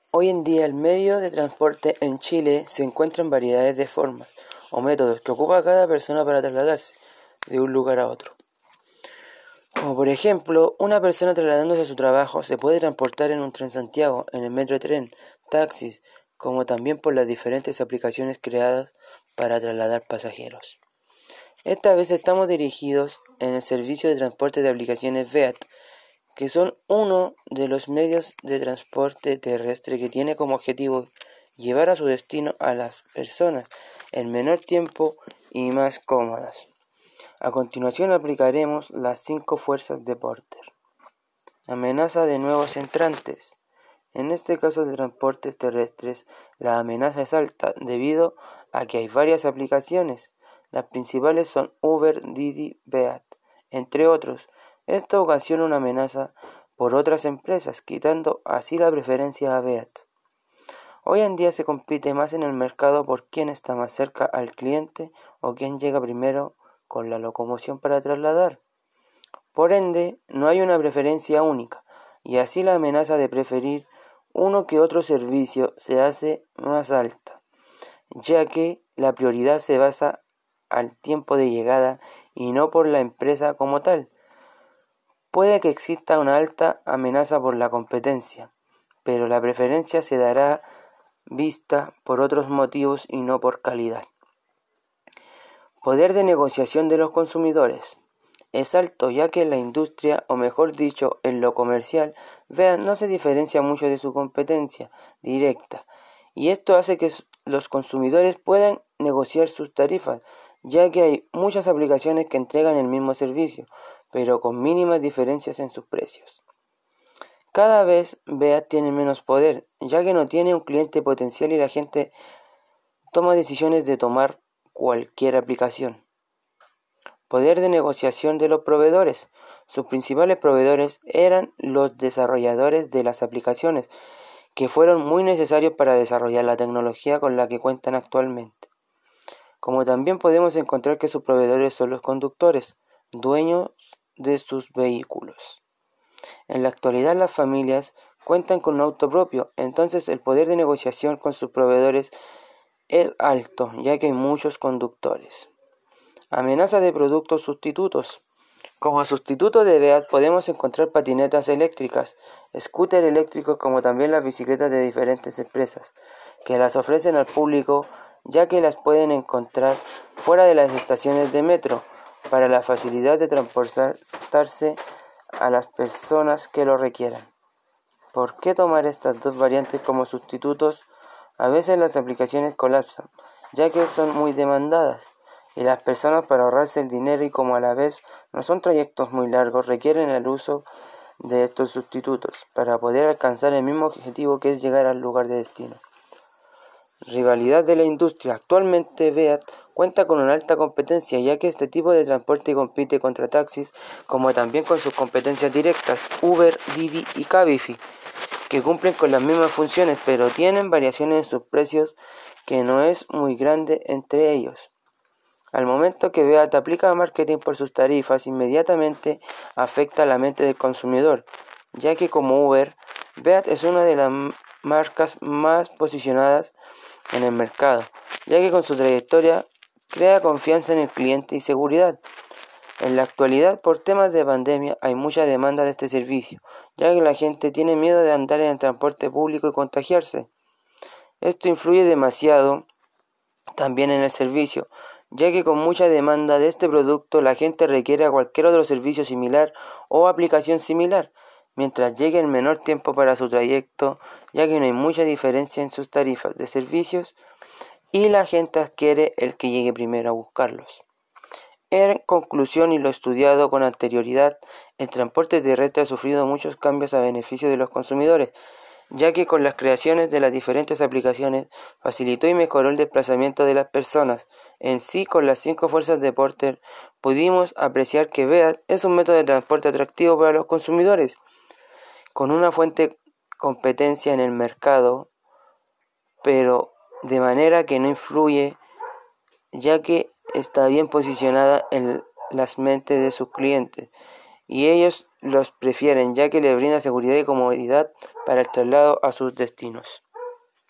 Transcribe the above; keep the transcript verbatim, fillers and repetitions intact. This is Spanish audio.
Hoy en día el medio de transporte en Chile se encuentra en variedades de formas o métodos que ocupa cada persona para trasladarse de un lugar a otro. Como por ejemplo, una persona trasladándose a su trabajo se puede transportar en un Transantiago, en el metro tren, taxis, como también por las diferentes aplicaciones creadas para trasladar pasajeros. Esta vez estamos dirigidos en el servicio de transporte de aplicaciones V E A T, que son uno de los medios de transporte terrestre que tiene como objetivo llevar a su destino a las personas en menor tiempo y más cómodas. A continuación aplicaremos las cinco fuerzas de Porter. Amenaza de nuevos entrantes. En este caso de transportes terrestres, la amenaza es alta debido a que hay varias aplicaciones. Las principales son Uber, Didi, V E A T, entre otros. Esto ocasiona una amenaza por otras empresas, quitando así la preferencia a V E A T. Hoy en día se compite más en el mercado por quién está más cerca al cliente o quién llega primero con la locomoción para trasladar. Por ende, no hay una preferencia única, y así la amenaza de preferir uno que otro servicio se hace más alta, ya que la prioridad se basa al tiempo de llegada y no por la empresa como tal. Puede que exista una alta amenaza por la competencia, pero la preferencia se dará vista por otros motivos y no por calidad. Poder de negociación de los consumidores es alto, ya que en la industria, o mejor dicho, en lo comercial, V E A T no se diferencia mucho de su competencia directa, y esto hace que los consumidores puedan negociar sus tarifas, ya que hay muchas aplicaciones que entregan el mismo servicio, pero con mínimas diferencias en sus precios. Cada vez V E A T tiene menos poder, ya que no tiene un cliente potencial y la gente toma decisiones de tomar cualquier aplicación. Poder de negociación de los proveedores. Sus principales proveedores eran los desarrolladores de las aplicaciones, que fueron muy necesarios para desarrollar la tecnología con la que cuentan actualmente. Como también podemos encontrar que sus proveedores son los conductores, dueños de sus vehículos. En la actualidad las familias cuentan con un auto propio, entonces el poder de negociación con sus proveedores es alto, ya que hay muchos conductores. Amenaza de productos sustitutos. Como sustituto de V E A T podemos encontrar patinetas eléctricas, scooters eléctricos, como también las bicicletas de diferentes empresas, que las ofrecen al público, ya que las pueden encontrar fuera de las estaciones de metro, para la facilidad de transportarse a las personas que lo requieran. ¿Por qué tomar estas dos variantes como sustitutos? A veces las aplicaciones colapsan, ya que son muy demandadas, y las personas, para ahorrarse el dinero y como a la vez no son trayectos muy largos, requieren el uso de estos sustitutos para poder alcanzar el mismo objetivo, que es llegar al lugar de destino. Rivalidad de la industria. Actualmente V E A T cuenta con una alta competencia, ya que este tipo de transporte compite contra taxis, como también con sus competencias directas, Uber, Didi y Cabify, que cumplen con las mismas funciones, pero tienen variaciones en sus precios que no es muy grande entre ellos. Al momento que V E A T aplica marketing por sus tarifas, inmediatamente afecta a la mente del consumidor, ya que como Uber, V E A T es una de las marcas más posicionadas en el mercado, ya que con su trayectoria crea confianza en el cliente y seguridad. En la actualidad, por temas de pandemia, hay mucha demanda de este servicio, ya que la gente tiene miedo de andar en el transporte público y contagiarse. Esto influye demasiado también en el servicio, ya que con mucha demanda de este producto la gente requiere a cualquier otro servicio similar o aplicación similar, mientras llegue en menor tiempo para su trayecto, ya que no hay mucha diferencia en sus tarifas de servicios y la gente adquiere el que llegue primero a buscarlos. En conclusión, y lo estudiado con anterioridad, el transporte terrestre ha sufrido muchos cambios a beneficio de los consumidores, ya que con las creaciones de las diferentes aplicaciones facilitó y mejoró el desplazamiento de las personas. En sí, con las cinco fuerzas de Porter pudimos apreciar que V E A T es un método de transporte atractivo para los consumidores, con una fuerte competencia en el mercado, pero de manera que no influye, ya que está bien posicionada en las mentes de sus clientes, y ellos los prefieren ya que les brinda seguridad y comodidad para el traslado a sus destinos.